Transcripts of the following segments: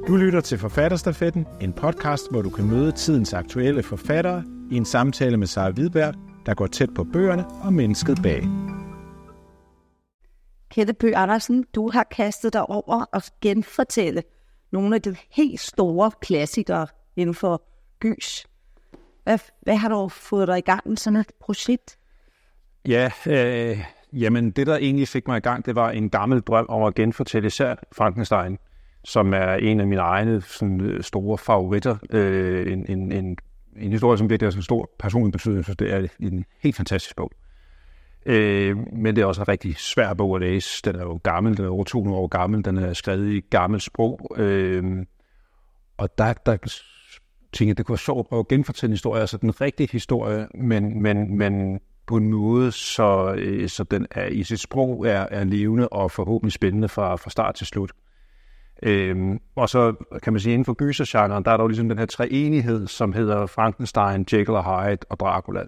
Du lytter til Forfatterstafetten, en podcast, hvor du kan møde tidens aktuelle forfattere i en samtale med Sara Hvidberg, der går tæt på bøgerne og mennesket bag. Kette Bøgh Andersen, du har kastet dig over at genfortælle nogle af de helt store klassikere inden for gys. Hvad har du fået dig i gang med sådan et projekt? Ja, jamen det der egentlig fik mig i gang, det var en gammel drøm om at genfortælle især Frankenstein, som er en af mine egne sådan, store favoritter. En historie, som virkelig er sådan en stor personlig betydning, så det er en helt fantastisk bog. Men det er også en rigtig svær bog at læse. Den er jo gammel, den er over 200 år gammel, den er skrevet i gammelt sprog. Og der tænkte jeg, det kunne være sjovt at prøve at genfortælle en historie, altså den rigtige historie, men på en måde, så den er i sit sprog er levende og forhåbentlig spændende fra start til slut. Og så kan man sige, inden for gysergenren, der er der jo ligesom den her treenighed, som hedder Frankenstein, Jekyll og Hyde og Dracula.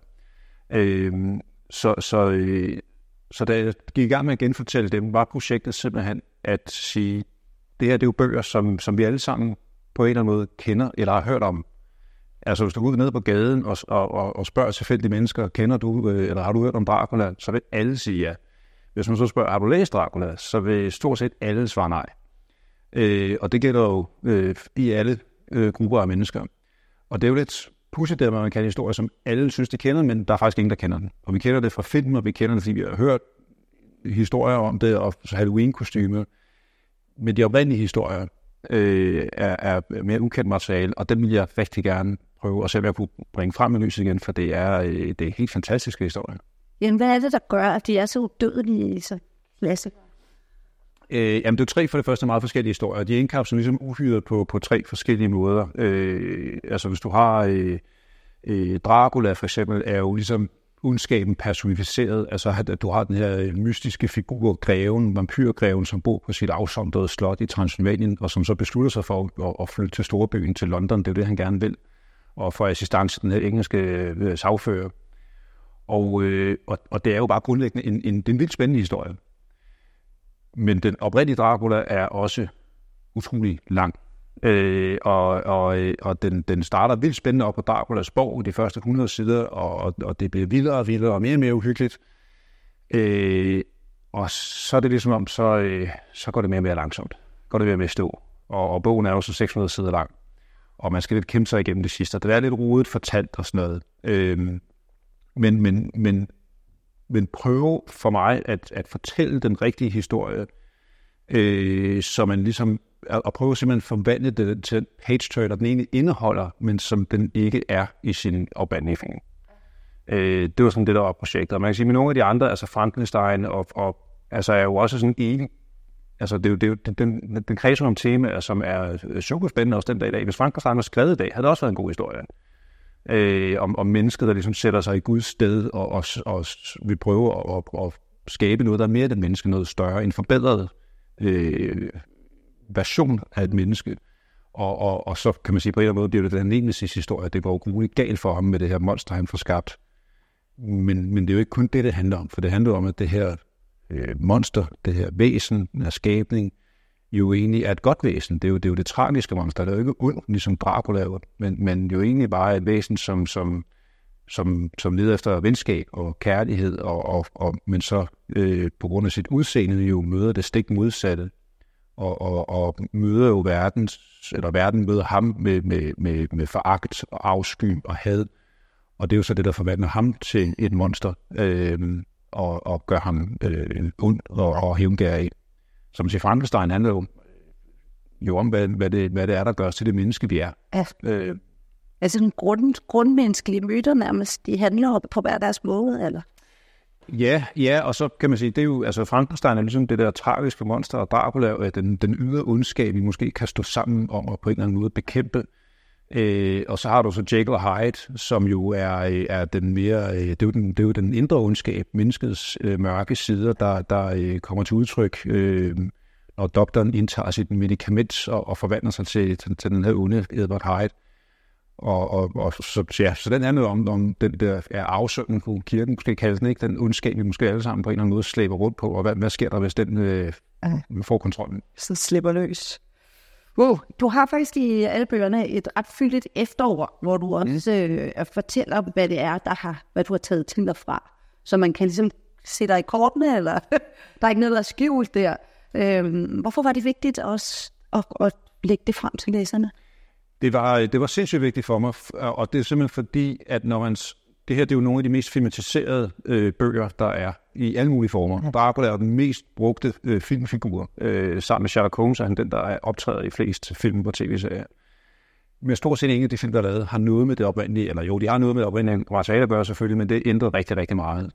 Så da jeg gik i gang med at genfortælle dem, var projektet simpelthen at sige, det her det er jo bøger, som vi alle sammen på en eller anden måde kender eller har hørt om. Altså hvis du går ud ned på gaden og spørger tilfældige mennesker, kender du eller har du hørt om Dracula, så vil alle sige ja. Hvis man så spørger, har du læst Dracula, så vil stort set alle svare nej. Og det gælder jo i alle grupper af mennesker. Og det er jo lidt pudsigt, at man kan en historie, som alle synes, de kender, men der er faktisk ingen, der kender den. Og vi kender det fra film, og vi kender det, fordi vi har hørt historier om det, og Halloween-kostymer. Men de oprindelige historier er mere ukendt materiale, og dem vil jeg rigtig gerne prøve at se, om jeg kunne bringe frem i lyset igen, for det er helt fantastiske historier. Jamen, hvad er det, der gør, at de er så udødelige, så klassikere? Jamen, det er 3 for det første meget forskellige historier. De er indkapslet ligesom uhyret på 3 forskellige måder. Altså, hvis du har Dracula for eksempel, er jo ligesom ondskaben personificeret. Altså, du har den her mystiske figur, greven, vampyrgreven, som bor på sit afsondrede slot i Transylvanien, og som så beslutter sig for at flytte til storbyen, til London. Det er jo det, han gerne vil. Og få assistance den her engelske sagfører. Og det er jo bare grundlæggende en vildt spændende historie. Men den oprindelige Dracula er også utrolig lang. Og den starter vildt spændende op på Draculas bog, de første 100 sider, og det bliver vildere og vildere og mere uhyggeligt. Og så er det ligesom om, så går det mere og mere langsomt. Går det mere og mere stå. Og bogen er jo så 600 sider lang. Og man skal lidt kæmpe sig igennem det sidste. Det er lidt rodet fortalt og sådan noget. Men prøve for mig at fortælle den rigtige historie, så man ligesom, at prøve simpelthen at forvandle det til en page-turner, den egentlig indeholder, men som den ikke er i sin oprindelige form. Det var sådan det, der var projektet. Og man kan sige, med nogle af de andre, altså Frankenstein, og altså er jo også sådan enig. Altså det er jo den kredser om tema, som er super spændende også den dag i dag. Hvis Frankenstein var skrevet i dag, havde det også været en god historie. Om mennesket, der ligesom sætter sig i Guds sted og vil prøve at skabe noget, der er mere end et menneske, noget større, en forbedret version af et menneske. Og så kan man sige, på en eller anden måde bliver det den nemesis historie. Det var jo grueligt galt for ham med det her monster, han får skabt. Men det er jo ikke kun det handler om, for det handler om, at det her monster, det her væsen, den her skabning, jo egentlig er et godt væsen. Det er jo det tragiske monster. Det er jo ikke ondt, ligesom Dracula er, men jo egentlig bare et væsen, som leder efter venskab og kærlighed, men så på grund af sit udseende jo møder det stik modsatte, og møder jo verden møder ham med foragt og afsky og had. Og det er jo så det, der forvandler ham til et monster, og gør ham ond og hævngærig. Som siger, Frankenstein handler jo om, hvad det er, der gør os til det menneske, vi er. Ja. Altså den grundmenneskelige myter nærmest, de handler på hver deres måde, eller? Ja, og så kan man sige, det er jo, altså Frankenstein er ligesom det der tragiske monster, og Dracula er den ydre ondskab, vi måske kan stå sammen om og på en eller anden måde bekæmpe. Og så har du så Jekyll og Hyde, som jo er den mere, det er jo den indre ondskab, menneskets mørke sider, der kommer til udtryk, når doktoren indtager sit medicament og forvandler sig til den her onde Edward Hyde. Og så den handler om den der er afsøgning på kirken, måske kaldes den, ikke? Den ondskab, vi måske alle sammen på en eller anden måde slæber rundt på, og hvad sker der, hvis den får kontrollen? Så slipper løs. Du har faktisk i alle bøgerne et ret fyldigt efterår, hvor du også fortæller, hvad det er, hvad du har taget til dig fra. Så man kan ligesom se dig i kortene, eller der er ikke noget, der er skjult der. Hvorfor var det vigtigt også at lægge det frem til læserne? Det var sindssygt vigtigt for mig, og det er simpelthen fordi, at når man... Det her det er jo nogle af de mest filmatiserede bøger, der er i alle mulige former. Dracula er den mest brugte filmfigur, sammen med Sherlock Holmes, er han den, der er optrædet i flest film på tv-serier. Men stort set ingen af de film, der er lavet, har noget med det oprindelige, eller jo, de har noget med det oprindelige materiale at gøre selvfølgelig, men det ændrer rigtig, rigtig meget.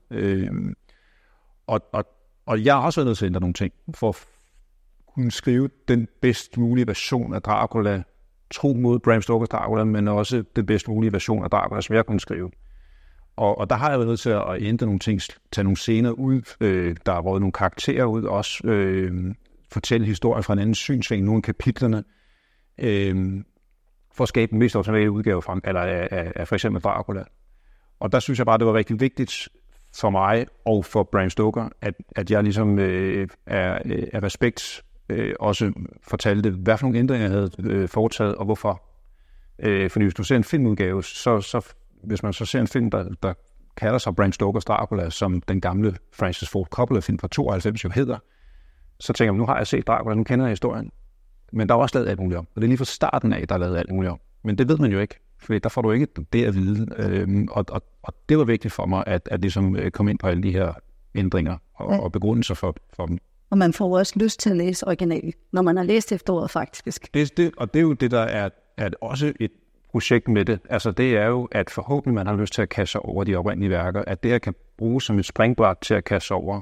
Og jeg har også været nødt til at ændre nogle ting, for at kunne skrive den bedst mulige version af Dracula, tro mod Bram Stokers Dracula, men også den bedst mulige version af Dracula, som jeg kunne skrive. Og der har jeg været nødt til at ændre nogle ting, tage nogle scener ud, der har været nogle karakterer ud, også fortælle historier fra en anden synsvinkel, nogle af kapitlerne, for at skabe den mest optimale udgave af for eksempel Dracula. Og der synes jeg bare, det var rigtig vigtigt for mig og for Bram Stoker, at jeg ligesom af respekt også fortalte, hvad for nogle ændringer jeg havde foretaget, og hvorfor. Fordi hvis du ser en filmudgave, hvis man så ser en film, der kalder sig Bram Stokers Dracula, som den gamle Francis Ford Coppola-film fra 92 jo hedder, så tænker man, nu har jeg set Dracula, nu kender jeg historien. Men der er også lavet alt muligt om. Og det er lige fra starten af, der er lavet alt muligt om. Men det ved man jo ikke, for der får du ikke det at vide. Og det var vigtigt for mig, at ligesom komme ind på alle de her ændringer og begrundelser for dem. Og man får også lyst til at læse originalt, når man har læst efteråret faktisk. Og det er jo det, der er også et projekt med det. Altså det er jo, at forhåbentlig man har lyst til at kaste over de oprindelige værker, at det her kan bruges som et springbræt til at kaste over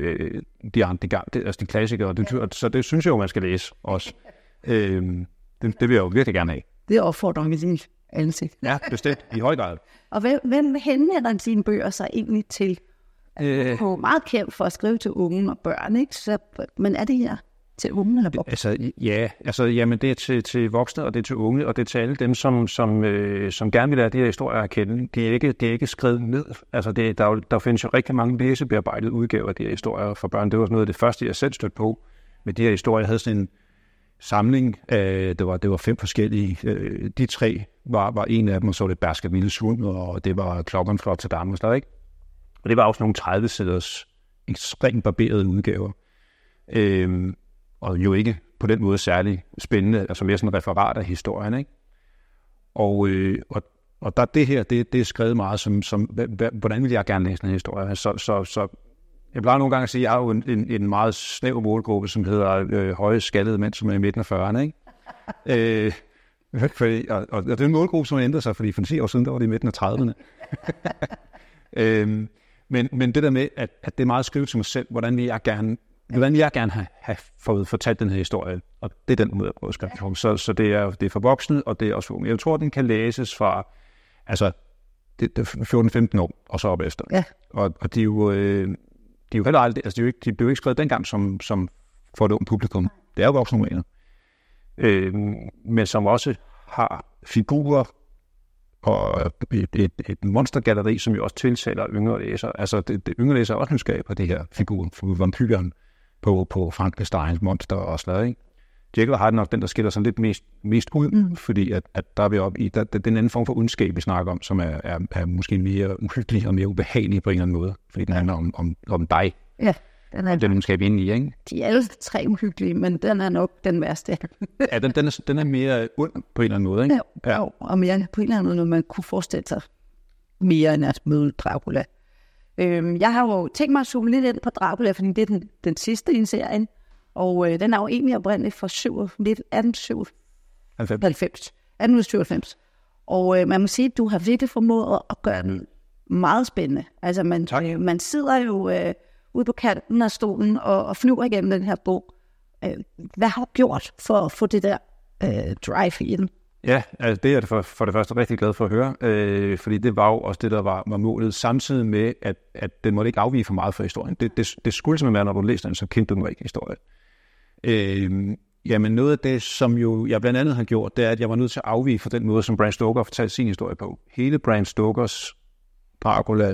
de klassikere. Så det synes jeg jo, man skal læse også. Det vil jeg jo virkelig gerne have. Det er opfordringen i ansigt. Ja, bestemt. I høj grad. Og hvem henvender sine bøger sig egentlig til? Du er meget kendt for at skrive til unge og børn, ikke? Men er det her til unge eller voksne? Jamen det er til voksne, og det er til unge, og det er til alle dem, som gerne vil lære de her historier at kende. Det er ikke skrevet ned. Altså der findes jo rigtig mange læsebearbejdede udgaver af de her historier for børn. Det var noget af det første, jeg selv stødte på med de her historier. Jeg havde sådan en samling. Det var 5 forskellige. De 3 var en af dem, og så var det Baskerville-Sund, og det var Klokken fra Rotterdam og sådan noget, ikke? Og det var også nogle 30-siders ekstremt barberede udgaver. Og jo ikke på den måde særlig spændende, altså mere sådan et referat af historien, ikke? Og der det her, det er skrevet meget som hvordan vil jeg gerne læse den her historie? Så jeg plejer nogle gange at sige, at jeg er jo en meget snæver målgruppe, som hedder høje skaldede mænd, som er i midten af 40'erne, ikke? Og det er en målgruppe, som har ændret sig, fordi for 10 år siden, der var det i midten af 30'erne. Men det der med, at det er meget skrevet til mig selv, hvordan vil jeg gerne have fået fortalt den her historie, og det er den måde, jeg prøver at skrive. Så det er for voksne, og det er også for unge. Jeg tror, den kan læses fra 14-15 år, og så op efter. Ja. Og de er jo heller aldrig, altså de blev ikke skrevet dengang som for et ungt publikum. Det er jo voksne romaner. Men som også har figurer, og et monstergalleri, som jo også tiltaler yngre læsere. Altså, det yngre læsere er også nysgerrige på det her figur, for vampyren på Frankensteins monster og sådan noget, ikke? Jekyll har nok den, der skiller sig lidt mest ud, fordi at der er vi oppe i, det er en anden form for ondskab, vi snakker om, som er måske mere uhyggelig og mere ubehagelig på en eller anden måde, fordi den handler om dig. Ja, den ondskab inde i, ikke? De er alle 3 uhyggelige, men den er nok den værste. Ja, den er mere ond på en eller anden måde, ikke? Ja. Og mere på en eller anden måde, man kunne forestille sig mere end at møde Dracula. Jeg har jo tænkt mig at zoome lidt ind på Dracula, fordi det er den sidste i serien, og den er jo egentlig oprindeligt fra 1897. Og man må sige, at du har virkelig formået at gøre den meget spændende. Altså man sidder jo ude på kanten af stolen og flyver igennem den her bog. Hvad har du gjort for at få det der drive i den? Ja, altså det er jeg for det første rigtig glad for at høre, fordi det var jo også det, der var målet, samtidig med, at den måtte ikke afvige for meget fra historien. Det skulle simpelthen være, når du læste den, så kendte du ikke historien. Jamen noget af det, som jo jeg blandt andet har gjort, det er, at jeg var nødt til at afvige fra den måde, som Bram Stoker fortalte sin historie på. Hele Bram Stokers Dracula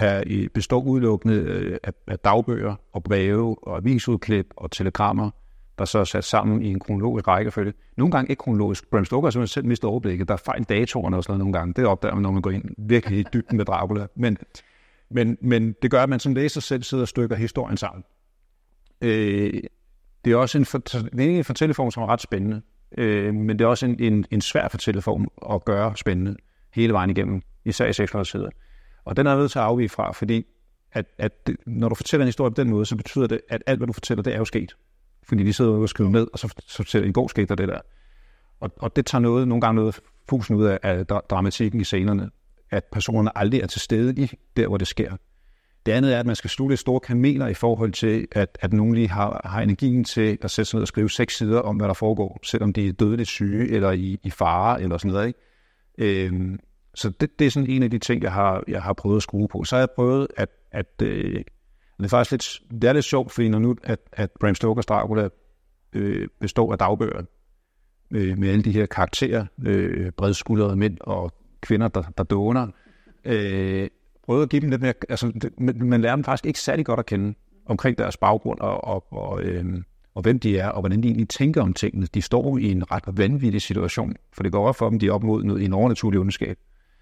består udelukkende af dagbøger og breve og avisudklip og telegrammer der så er sat sammen i en kronologisk rækkefølge. Nogle gange ikke kronologisk. Bram Stoker har simpelthen selv mistet overblikket. Der er fejl datorerne og sådan noget nogle gange. Det opdager man, når man går ind virkelig i dybden med Dracula. Men det gør, at man som læser selv sidder og stykker historien sammen. Det er også en fortælleform, som er ret spændende. Men det er også en svær fortælleform at gøre spændende hele vejen igennem, især i 600 sider. Og den er nødt til at afvige fra, fordi at når du fortæller en historie på den måde, så betyder det, at alt, hvad du fortæller, det er jo sket. Fordi de sidder og skriver ned, og så fortæller i går skete der det der. Og det tager nogle gange noget fusen ud af dramatikken i scenerne, at personerne aldrig er til stede i der, hvor det sker. Det andet er, at man skal slutte store kameler i forhold til, at nogen lige har energien til at sætte sig ned og skrive 6 sider om, hvad der foregår, selvom de er dødeligt syge, eller i fare, eller sådan noget, ikke? Så det er sådan en af de ting, jeg har prøvet at skrue på. Så har jeg prøvet, at det er faktisk lidt sjovt, fordi når nu, at Bram Stokers Dracula består af dagbøger, med alle de her karakterer, bredskuldrede mænd og kvinder, der dåner, prøvede at give dem lidt mere, altså man lærer dem faktisk ikke særlig godt at kende omkring deres baggrund og hvem de er, og hvordan de egentlig tænker om tingene. De står i en ret vanvittig situation, for det går op for dem, de er op mod en overnaturlig ondskab.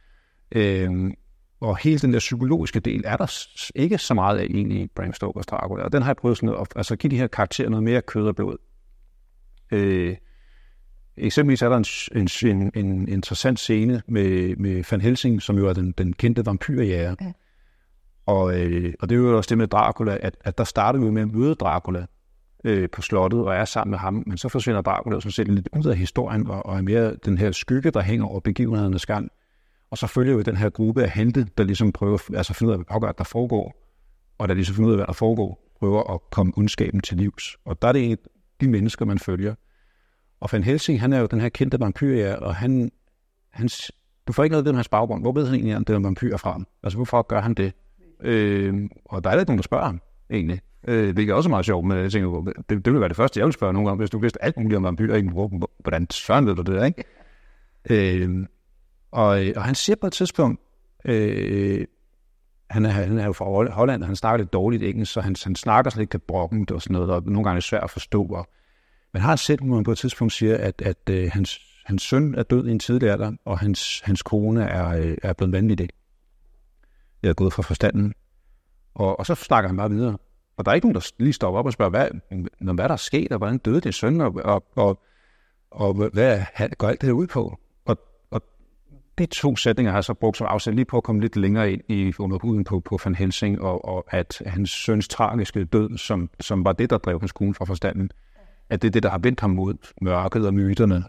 Og hele den der psykologiske del er der ikke så meget af egentlig i Bram Stokers Dracula, og den har jeg prøvet sådan at give de her karakterer noget mere kød og blod. Eksempelvis er der en interessant scene med Van Helsing, som jo er den kendte vampyrjæger. Ja. Og det er jo også det med Dracula, at der starter vi med at møde Dracula på slottet og er sammen med ham, men så forsvinder Dracula og så ser lidt ud af historien og er mere den her skygge, der hænger over begivenhedernes gang. Og så følger jo den her gruppe af helte, der ligesom prøver at finde ud af, hvad der foregår, og der ligesom finder ud af, hvad der foregår, prøver at komme ondskaben til livs. Og der er det de mennesker, man følger. Og Van Helsing, han er jo den her kendte vampyrjæger, og du får ikke noget ved hans baggrund. Hvor ved han egentlig, at det er en vampyr fra ham? Altså, hvorfor gør han det? Og der er lidt nogen, der spørger ham, egentlig. Hvilket er også meget sjovt, men jeg tænker, det ville være det første, jeg ville spørge nogle gange, hvis du vidste alt muligt om vampyrer, hvordan søren ved du det, ikke? Og han siger på et tidspunkt, han er jo fra Holland, og han snakker lidt dårligt engelsk, så han snakker sådan lidt gebrokkent og sådan noget, og nogle gange er det svært at forstå. Men har set, hvor han på et tidspunkt siger, at hans søn er død i en tidlig alder, og hans kone er blevet vanvittig. Jeg er gået fra forstanden. Og så snakker han bare videre. Og der er ikke nogen, der lige stopper op og spørger, hvad der er sket, og hvordan døde din søn, og hvad går alt det her ud på? Og de 2 sætninger har jeg så brugt som afsæt lige på at komme lidt længere ind under huden på Van Helsing, og at hans søns tragiske død, som var det, der drev hans kone fra forstanden, at det er det, der har vendt ham mod mørket og myterne,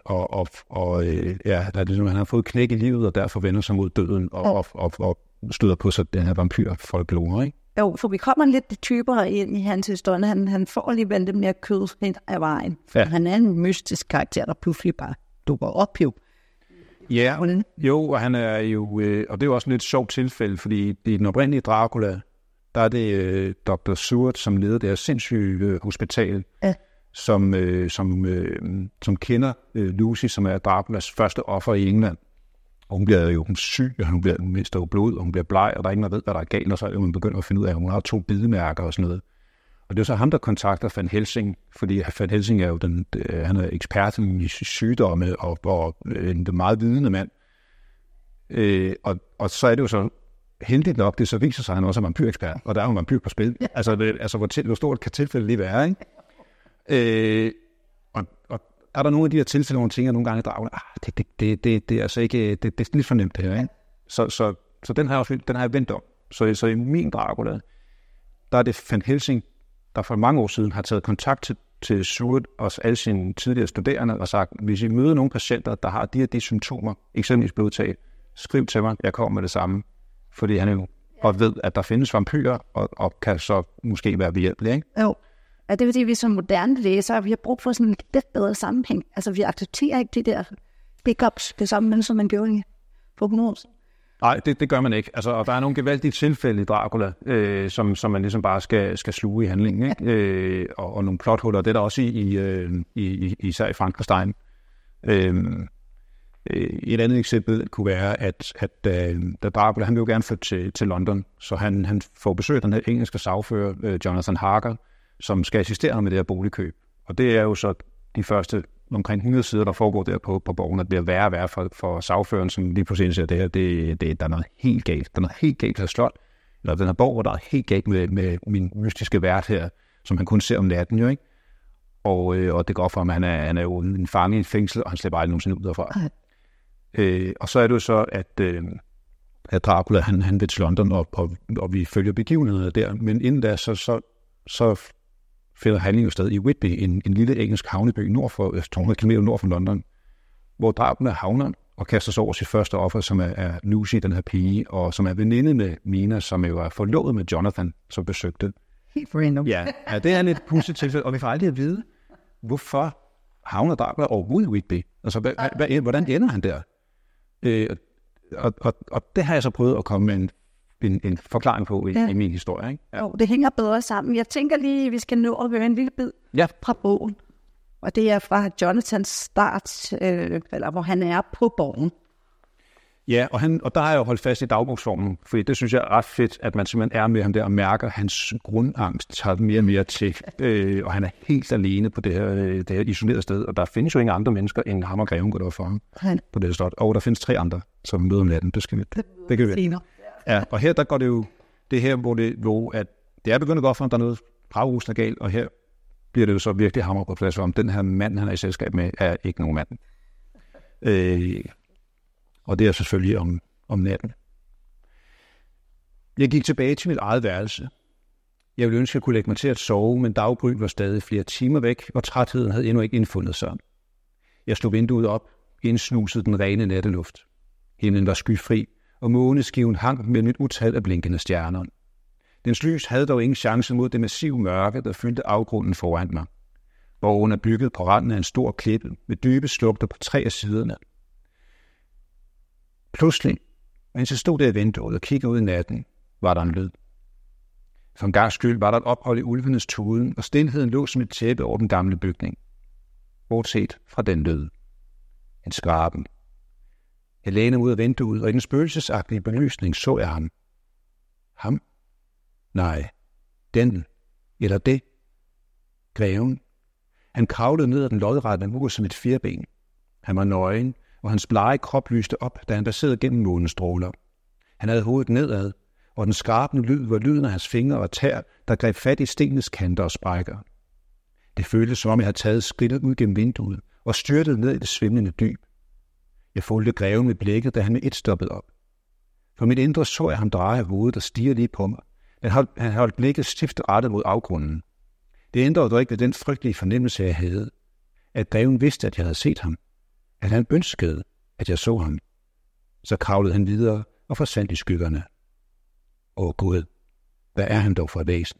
han har fået knæk i livet, og derfor vender sig mod døden, og støder på sig den her vampyrfolklore, ikke? Jo, for vi kommer lidt dybere ind i hans historie. Han får alligevel det mere kød hen af vejen. Ja. Han er en mystisk karakter, der pludselig bare dukker op jo. Ja, jo, og han er jo, og det er jo også et lidt sjovt tilfælde, fordi i den oprindelige Dracula, der er det Dr. Seward, som leder det her sindssyge hospital, ja. som kender Lucy, som er Draculas første offer i England. Og hun bliver jo syg, og hun mister jo blod, og hun bliver bleg, og der er ingen, der ved, hvad der er galt, og så er hun begyndt at finde ud af, at hun har 2 bidemærker og sådan noget. Og det er så ham, der kontakter Van Helsing, fordi Van Helsing er jo han er ekspert i sygdomme, og en meget vidende mand. Og så er det jo så heldigt nok, det så viser sig, at han også er vampyrekspert, og der er jo en vampyr på spil. Altså hvor stort kan tilfældet lige være, ikke? Og er der nogle af de her tilfælde, hvor man tænker nogle gange i Dracula, det er altså ikke, det er lidt for nemt det her, ikke? Så den har jeg vendt om. Så i min Dracula, der er det Van Helsing, der for mange år siden har taget kontakt til Seward og alle sine tidligere studerende og sagt, hvis I møder nogle patienter, der har de symptomer, eksempelvis blodtab, skriv til mig, jeg kommer med det samme. Fordi han jo godt ved, at der findes vampyrer, og kan så måske være behjælpelig, ikke? Jo. Ja, det er fordi, vi som moderne læsere, vi har brug for sådan en lidt bedre sammenhæng. Altså, vi accepterer ikke de der pickups, det samme, som man gjorde i prognosen. Nej, det gør man ikke. Altså, og der er nogle gevaldige tilfælde i Dracula, som man ligesom bare skal sluge i handlingen, ikke? Og nogle plothuller, det er der også især i Frankenstein. Et andet eksempel kunne være, at da Dracula, han vil jo gerne flytte til London, så han får besøg af den her engelske sagfører, Jonathan Harker, som skal assistere med det her boligkøb. Og det er jo så de første omkring 100 sider, der foregår der på bogen, at det bliver værre og værre for sagføreren, som lige pludselig siger, at der er noget helt galt. Der er noget helt galt her slot, eller den her borg, hvor der er helt galt med min mystiske vært her, som han kun ser om natten, jo, ikke? Og det går for ham, han er jo en fange i et fængsel, og han slipper aldrig nogensinde ud derfra. Og så er det jo så, at Dracula, han vil til London, og vi følger begivenhederne der. Men inden da, så finder handlingen jo sted i Whitby, en lille engelsk havneby 200 km nord for London, hvor Dracula havner og kaster sig over sit første offer, som er Lucy, den her pige, og som er veninde med Mina, som jo er forlovet med Jonathan, som besøgte. Helt random. Ja, det er lidt pudsigt tilfælde, og vi får aldrig at vide, hvorfor havner Dracula overhovedet i Whitby? Altså, hvordan ender han der? Og det har jeg så prøvet at komme med en forklaring på i min historie. Ikke? Ja. Jo, det hænger bedre sammen. Jeg tænker lige, at vi skal nå at høre en lille bid fra bogen. Og det er fra Jonathans start, eller hvor han er på borgen. Ja, og der har jeg jo holdt fast i dagbogsformen, fordi det synes jeg er ret fedt, at man simpelthen er med ham der og mærker, at hans grundangst tager mere og mere til. Og han er helt alene på det her isolerede sted, og der findes jo ingen andre mennesker end ham og greven går der for ham på det her slot. Og der findes 3 andre, som møder om natten. Det kan vi vide. Ja, og her der går det jo det her, hvor at det er begyndt at gå for ham, der er noget bravrusende galt, og her bliver det jo så virkelig hammer på plads for ham. Den her mand, han er i selskab med, er ikke nogen mand. Og det er selvfølgelig om natten. Jeg gik tilbage til mit eget værelse. Jeg ville ønske, at jeg kunne lægge mig til at sove, men daggry var stadig flere timer væk, og trætheden havde endnu ikke indfundet sig. Jeg slog vinduet op, indsnusede den rene natteluft. Himlen var skyfri, og måneskiven hang mellem et utal af blinkende stjerner. Dens lys havde dog ingen chance mod det massive mørke, der fyldte afgrunden foran mig. Borgen er bygget på randen af en stor klippe, med dybe slugter på 3 af siderne. Pludselig, mens jeg stod der i vinduet og kiggede ud i natten, var der en lyd. For en gangs skyld var der et ophold i ulvenes tuden, og stilheden lå som et tæppe over den gamle bygning. Bortset fra den lyd. En skraben. Jeg lænede ud af vinduet, og i den spøgelsesagtige belysning så jeg ham. Ham? Nej. Den. Eller det. Greven. Han kravlede ned ad den lodrette mur som et firben. Han var nøgen, og hans blege krop lyste op, da han passerede gennem månestråler. Han havde hovedet nedad, og den skrabende lyd var lyden af hans fingre og tær, der greb fat i stenens kanter og sprækker. Det føltes, som om jeg havde taget skridtet ud gennem vinduet og styrtede ned i det svimlende dyb. Jeg fulgte greven med blikket, da han med et stoppede op. For mit indre så jeg ham dreje hovedet og stirre lige på mig. Han holdt blikket stift rettet mod afgrunden. Det ændrede dog ikke ved den frygtelige fornemmelse, jeg havde. At greven vidste, at jeg havde set ham. At han ønskede, at jeg så ham. Så kravlede han videre og forsvandt i skyggerne. Åh Gud, hvad er han dog for et væsen?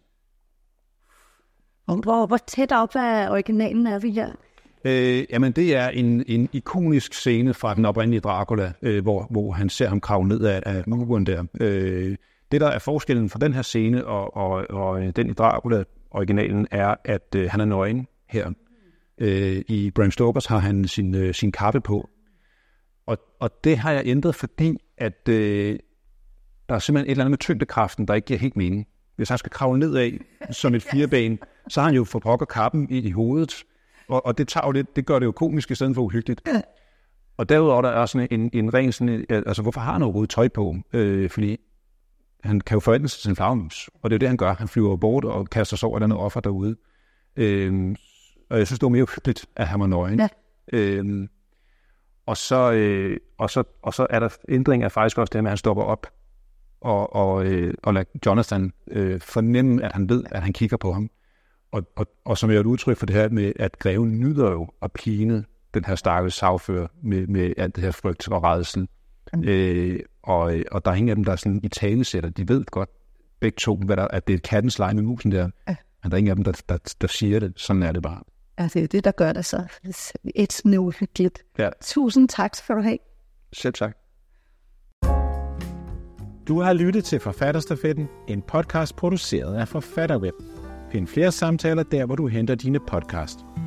Hvor tæt op af originalen er vi her? Jamen det er en ikonisk scene fra den oprindelige Dracula, hvor han ser ham kravle ned af muren der. Det der er forskellen fra den her scene og den i Dracula-originalen er, at han er nøgen her. I Bram Stokers har han sin kappe på. Og det har jeg ændret, fordi at der er simpelthen et eller andet med tyngdekraften, der ikke giver helt mening. Hvis han skal kravle nedad som et fireben, så har han jo for pokker kappen i hovedet. Og det tager jo lidt, det gør det jo komisk i stedet for uhyggeligt. Og derudover der er sådan en ren sådan, altså hvorfor har han overhovedet tøj på? Fordi han kan jo forvandle sig til en flagermus, og det er jo det, han gør. Han flyver bort og kaster sig over et eller andet offer derude. Og jeg synes, det var mere uhyggeligt, at han var nøgen. Ja. Og så er der ændring af faktisk også det, at han stopper op og lader Jonathan fornemme, at han ved, at han kigger på ham. Og som jeg har et udtryk for det her med, at greven nyder jo at pine den her stakkels sagfører med alt det her frygt og rædsel. Og der er ingen af dem, der er sådan i talesætter. De ved godt begge to, at det er kattens lege med musen der. Men der er ingen af dem, der siger det. Sådan er det bare. Ja, det er det, der gør det så. Et snøvhyggeligt. Ja. Tusind tak for at have. Selv tak. Du har lyttet til Forfatterstafetten, en podcast produceret af Forfatterweb. Find flere samtaler der, hvor du henter dine podcast.